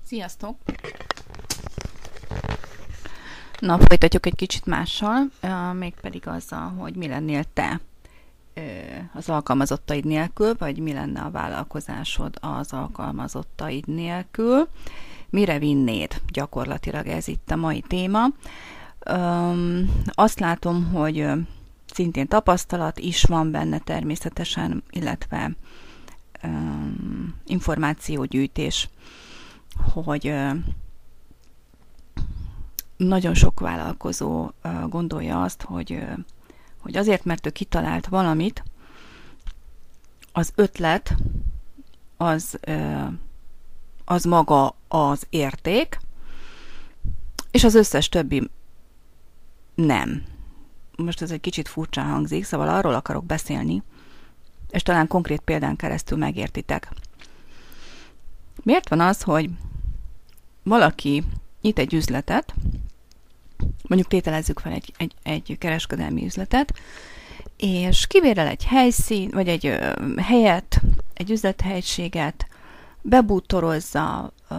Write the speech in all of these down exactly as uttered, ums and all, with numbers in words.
Sziasztok! Na, folytatjuk egy kicsit mással, mégpedig azzal, hogy mi lennél te az alkalmazottaid nélkül, vagy mi lenne a vállalkozásod az alkalmazottaid nélkül. Mire vinnéd? Gyakorlatilag ez itt a mai téma. Azt látom, hogy szintén tapasztalat is van benne természetesen, illetve információgyűjtés, hogy nagyon sok vállalkozó gondolja azt, hogy, hogy azért, mert ő kitalált valamit, az ötlet az, az maga az érték, és az összes többi nem. Most ez egy kicsit furcsán hangzik, szóval arról akarok beszélni, és talán konkrét példán keresztül megértitek. Miért van az, hogy valaki nyit egy üzletet, mondjuk tételezzük fel egy, egy, egy kereskedelmi üzletet, és kibérel egy helyszín, vagy egy ö, helyet, egy üzlethelyiséget, bebútorozza, ö,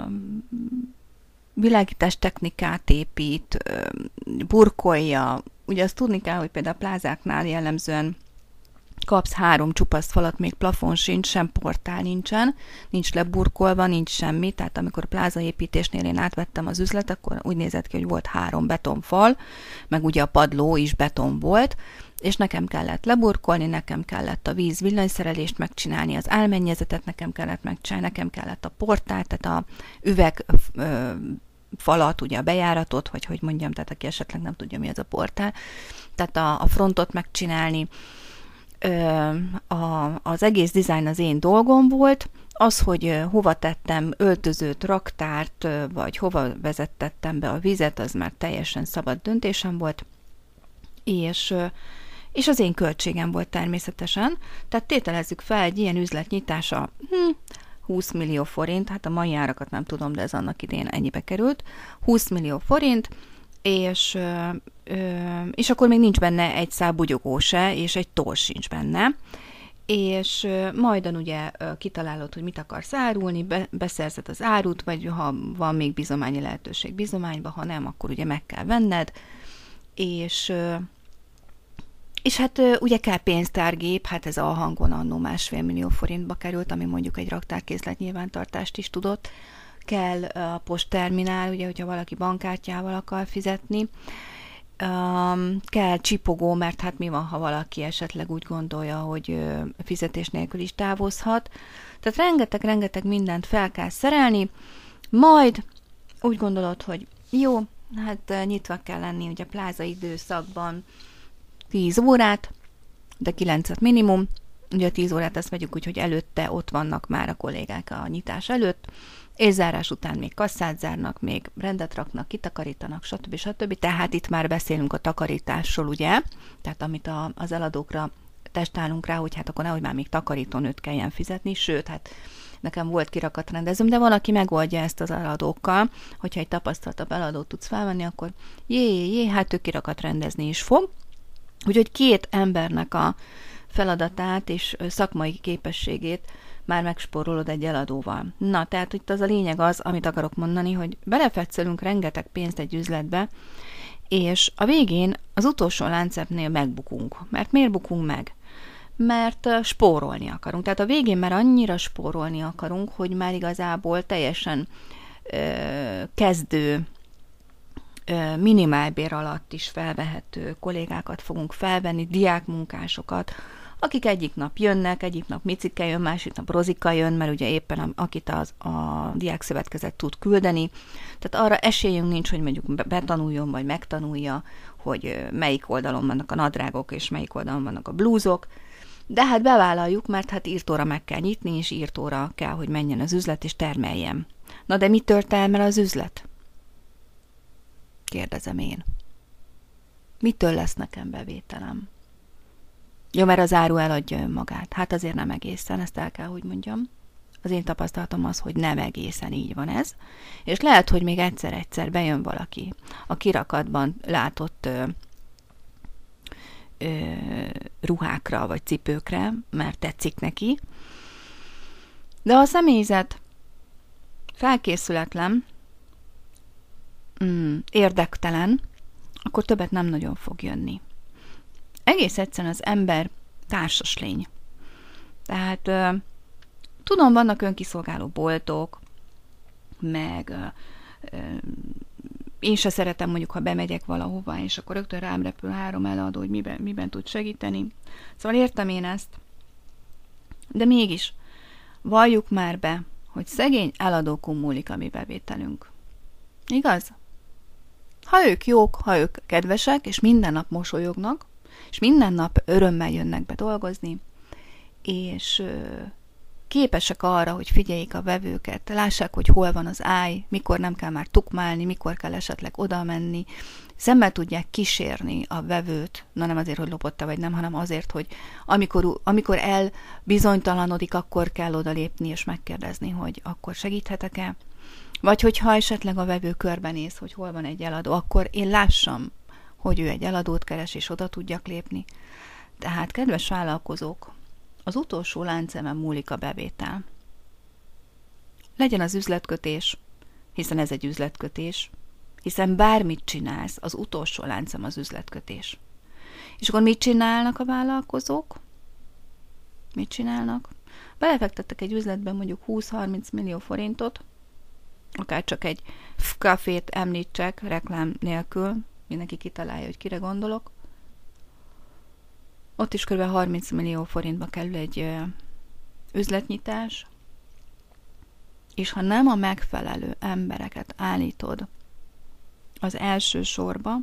világítás technikát épít, ö, burkolja. Ugye azt tudni kell, hogy például a plázáknál jellemzően kapsz három csupasz falat, még plafon sincs, sem portál nincsen, nincs leburkolva, nincs semmi, tehát amikor a plázaépítésnél én átvettem az üzlet, akkor úgy nézett ki, hogy volt három betonfal, meg ugye a padló is beton volt, és nekem kellett leburkolni, nekem kellett a víz villanyszerelést megcsinálni, az álmennyezetet nekem kellett megcsinálni, nekem kellett a portált, tehát a üveg ö, falat, ugye a bejáratot, vagy hogy mondjam, tehát aki esetleg nem tudja, mi az a portál, tehát a, a frontot megcsinálni. A, az egész dizájn az én dolgom volt, az, hogy hova tettem öltözőt, raktárt, vagy hova vezettettem be a vizet, az már teljesen szabad döntésem volt, és, és az én költségem volt természetesen. Tehát tételezzük fel, egy ilyen üzlet nyitása hm, húsz millió forint, hát a mai árakat nem tudom, de ez annak idén ennyibe került, húsz millió forint, és, és akkor még nincs benne egy szál bugyogó se, és egy tors sincs benne, és majdan ugye kitalálod, hogy mit akarsz árulni, be, beszerzed az árut, vagy ha van még bizományi lehetőség bizományba, ha nem, akkor ugye meg kell venned, és, és hát ugye kell pénztárgép, hát ez a hangon annó másfél millió forintba került, ami mondjuk egy raktárkészlet nyilvántartást is tudott, kell a postterminál, ugye, hogyha valaki bankkártyával akar fizetni, um, kell csipogó, mert hát mi van, ha valaki esetleg úgy gondolja, hogy uh, fizetés nélkül is távozhat. Tehát rengeteg-rengeteg mindent fel kell szerelni, majd úgy gondolod, hogy jó, hát uh, nyitva kell lenni ugye a pláza időszakban tíz órát, de kilencet minimum, ugye a tíz órát azt vegyük úgy, hogy előtte ott vannak már a kollégák a nyitás előtt, és zárás után még kasszát zárnak, még rendet raknak, kitakarítanak, stb. stb. Tehát itt már beszélünk a takarításról, ugye? Tehát amit a, az eladókra testálunk rá, hogy hát akkor nehogy már még takarítónőt kelljen fizetni, sőt, hát nekem volt kirakatrendezőm, de valaki megoldja ezt az eladókkal, hogyha egy tapasztaltabb eladót tudsz felvenni, akkor jé, jé, jé, hát ő kirakatrendezni is fog. Úgyhogy két embernek a feladatát és szakmai képességét már megspórolod egy eladóval. Na, tehát itt az a lényeg az, amit akarok mondani, hogy belefetszelünk rengeteg pénzt egy üzletbe, és a végén az utolsó láncepnél megbukunk. Mert miért bukunk meg? Mert spórolni akarunk. Tehát a végén már annyira spórolni akarunk, hogy már igazából teljesen ö, kezdő, ö, minimálbér alatt is felvehető kollégákat fogunk felvenni, diákmunkásokat, akik egyik nap jönnek, egyik nap Micike jön, másik nap Rozika jön, mert ugye éppen akit az, a diákszövetkezet tud küldeni. Tehát arra esélyünk nincs, hogy mondjuk betanuljon, vagy megtanulja, hogy melyik oldalon vannak a nadrágok, és melyik oldalon vannak a blúzok. De hát bevállaljuk, mert hát írtóra meg kell nyitni, és írtóra kell, hogy menjen az üzlet, és termeljen. Na de mitől termel az üzlet? Kérdezem én. Mitől lesz nekem bevételem? Jó, mert az áru eladja önmagát. Hát azért nem egészen, ezt el kell, hogy mondjam. Az én tapasztalatom az, hogy nem egészen így van ez. És lehet, hogy még egyszer-egyszer bejön valaki a kirakatban látott ö, ö, ruhákra vagy cipőkre, mert tetszik neki. De a személyzet felkészületlen, mm, érdektelen, akkor többet nem nagyon fog jönni. Egész egyszerűen az ember társas lény. Tehát ö, tudom, vannak önkiszolgáló boltok, meg ö, ö, én se szeretem mondjuk, ha bemegyek valahova, és akkor rögtön rám repül három eladó, hogy miben, miben tud segíteni. Szóval értem én ezt. De mégis, valljuk már be, hogy szegény eladókon múlik a mi bevételünk. Igaz? Ha ők jók, ha ők kedvesek, és minden nap mosolyognak, és minden nap örömmel jönnek be dolgozni, és képesek arra, hogy figyeljék a vevőket, lássák, hogy hol van az áj, mikor nem kell már tukmálni, mikor kell esetleg oda menni, szemmel tudják kísérni a vevőt, na nem azért, hogy lopott-e vagy nem, hanem azért, hogy amikor, amikor elbizonytalanodik, akkor kell odalépni és megkérdezni, hogy akkor segíthetek-e, vagy hogyha esetleg a vevő körbenéz, hogy hol van egy eladó, akkor én lássam, hogy ő egy eladót keres, és oda tudjak lépni. Tehát, kedves vállalkozók, az utolsó láncemen múlik a bevétel. Legyen az üzletkötés, hiszen ez egy üzletkötés, hiszen bármit csinálsz, az utolsó láncem az üzletkötés. És akkor mit csinálnak a vállalkozók? Mit csinálnak? Belefektettek egy üzletben mondjuk húsz-harminc millió forintot, akár csak egy kafét említsek reklám nélkül, mindenki kitalálja, hogy kire gondolok. Ott is kb. harminc millió forintba kerül egy ö, üzletnyitás, és ha nem a megfelelő embereket állítod az első sorba,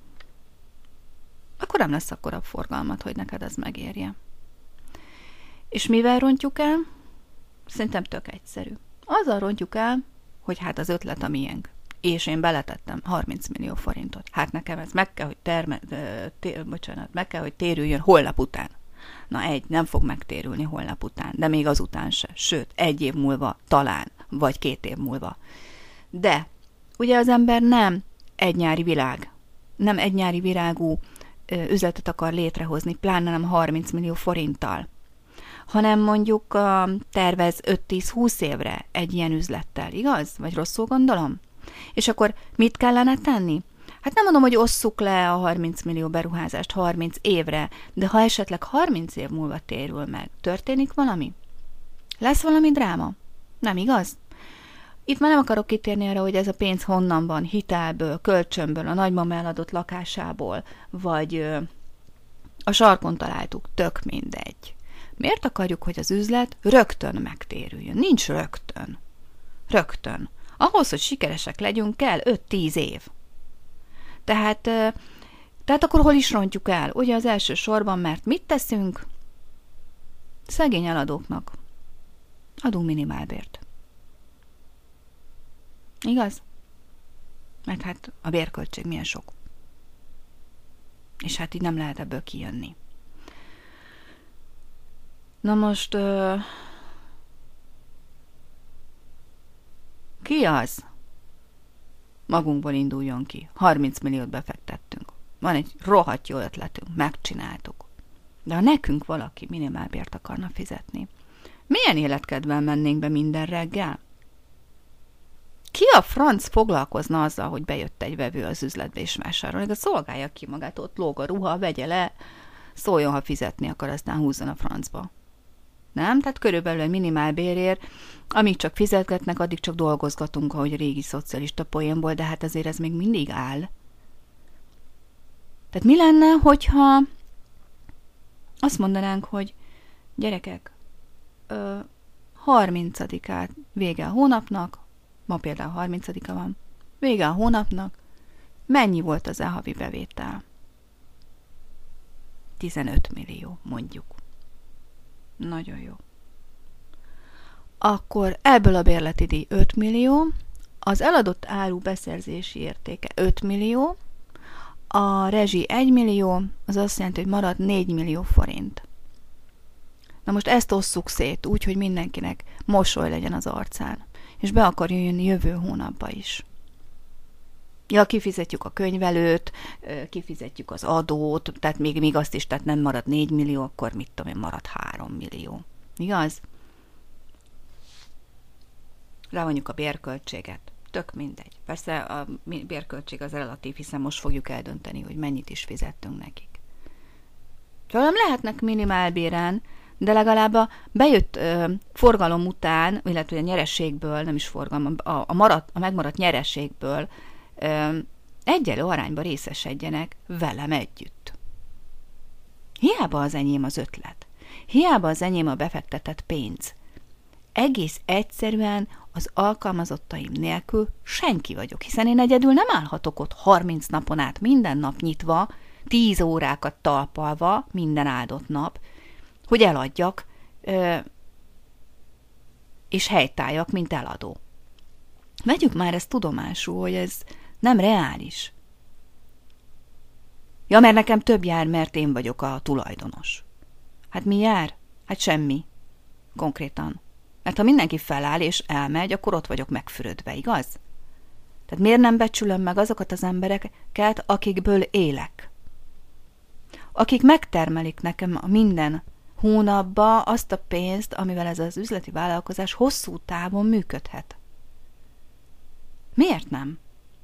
akkor nem lesz akkora forgalmat, hogy neked ez megérje. És mivel rontjuk el? Szerintem tök egyszerű. Azzal rontjuk el, hogy hát az ötlet a miénk. És én beletettem harminc millió forintot. Hát nekem ez meg kell, hogy terme, té, bocsánat, meg kell, hogy térüljön holnap után. Na egy, nem fog megtérülni holnap után, de még azután se. Sőt, egy év múlva talán, vagy két év múlva. De, ugye az ember nem egy nyári világ, nem egy nyári virágú üzletet akar létrehozni, pláne nem harminc millió forinttal, hanem mondjuk uh, tervez öt-tíz-húsz évre egy ilyen üzlettel, igaz? Vagy rosszul gondolom? És akkor mit kellene tenni? Hát nem mondom, hogy osszuk le a harminc millió beruházást harminc évre, de ha esetleg harminc év múlva térül meg, történik valami? Lesz valami dráma? Nem igaz? Itt már nem akarok kitérni arra, hogy ez a pénz honnan van, hitelből, kölcsönből, a nagymama eladott lakásából, vagy ö, a sarkon találtuk, tök mindegy. Miért akarjuk, hogy az üzlet rögtön megtérüljön? Nincs rögtön. Rögtön. Ahhoz, hogy sikeresek legyünk, kell öt-tíz év. Tehát, tehát akkor hol is rontjuk el? Ugye az első sorban, mert mit teszünk? Szegény eladóknak adunk minimálbért. Igaz? Mert hát a bérköltség milyen sok. És hát így nem lehet ebből kijönni. Na most... Uh, ki az? Magunkból induljon ki. harminc milliót befektettünk. Van egy rohadt jó ötletünk, megcsináltuk. De ha nekünk valaki minimálbért akarna fizetni, milyen életkedvel mennénk be minden reggel? Ki a franc foglalkozna azzal, hogy bejött egy vevő az üzletbe és vásárolni, de szolgálja ki magát, ott lóg a ruha, vegye le, szóljon, ha fizetni akar, aztán húzzon a francba. Nem? Tehát körülbelül egy minimálbérért, amíg csak fizetgetnek, addig csak dolgozgatunk, ahogy a régi szocialista poénból, de hát azért ez még mindig áll. Tehát mi lenne, hogyha azt mondanánk, hogy gyerekek, harmincadikát vége a hónapnak, ma például harmincadika van, vége a hónapnak, mennyi volt az e-havi bevétel? tizenöt millió, mondjuk. Nagyon jó. Akkor ebből a bérleti díj öt millió, az eladott áru beszerzési értéke öt millió, a rezsi egy millió, az azt jelenti, hogy marad négy millió forint. Na most ezt osszuk szét úgy, hogy mindenkinek mosoly legyen az arcán, és be akar jönni jövő hónapba is. Ja, kifizetjük a könyvelőt, kifizetjük az adót, tehát még, még azt is, tehát nem marad négy millió, akkor mit tudom én, marad három millió. Igaz? levonjuk a bérköltséget. Tök mindegy. Persze a bérköltség az relatív, hiszen most fogjuk eldönteni, hogy mennyit is fizettünk nekik. Tőlem lehetnek minimálbéren, de legalább a bejött ö, forgalom után, illetve a nyereségből, nem is forgalom, a, a, maradt, a megmaradt nyereségből ö, egyenlő arányba részesedjenek velem együtt. Hiába az enyém az ötlet. Hiába az enyém a befektetett pénz. Egész egyszerűen az alkalmazottaim nélkül senki vagyok, hiszen én egyedül nem állhatok ott harminc napon át minden nap nyitva, tíz órákat talpalva minden áldott nap, hogy eladjak, és helytálljak, mint eladó. Vegyük már ezt tudomásul, hogy ez nem reális. Ja, mert nekem több jár, mert én vagyok a tulajdonos. Hát mi jár? Hát semmi. Konkrétan. Mert ha mindenki feláll és elmegy, akkor ott vagyok megfürödve, igaz? Tehát miért nem becsülöm meg azokat az embereket, akikből élek? Akik megtermelik nekem a minden hónapba azt a pénzt, amivel ez az üzleti vállalkozás hosszú távon működhet. Miért nem?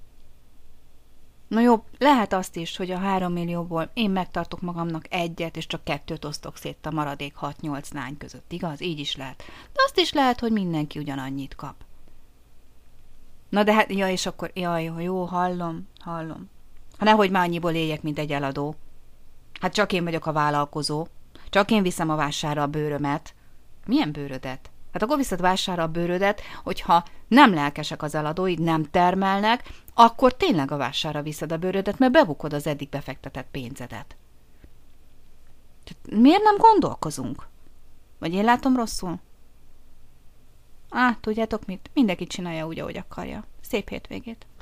Na jó, lehet azt is, hogy a három millióból én megtartok magamnak egyet, és csak kettőt osztok szét a maradék hat-nyolc lány között, igaz? Így is lehet. De azt is lehet, hogy mindenki ugyanannyit kap. Na de hát, ja, és akkor, jaj, jó, jó, hallom, hallom. Ha nehogy már annyiból éljek, mint egy eladó. Hát csak én vagyok a vállalkozó. Csak én viszem a vásárra a bőrömet. Milyen bőrödet? Hát akkor viszed vásárra a bőrödet, hogyha nem lelkesek az eladóid, nem termelnek, akkor tényleg a vásárra viszed a bőrödet, mert bebukod az eddig befektetett pénzedet. Miért nem gondolkozunk? Vagy én látom rosszul? Á, tudjátok mit? Mindenki csinálja úgy, ahogy akarja. Szép hétvégét!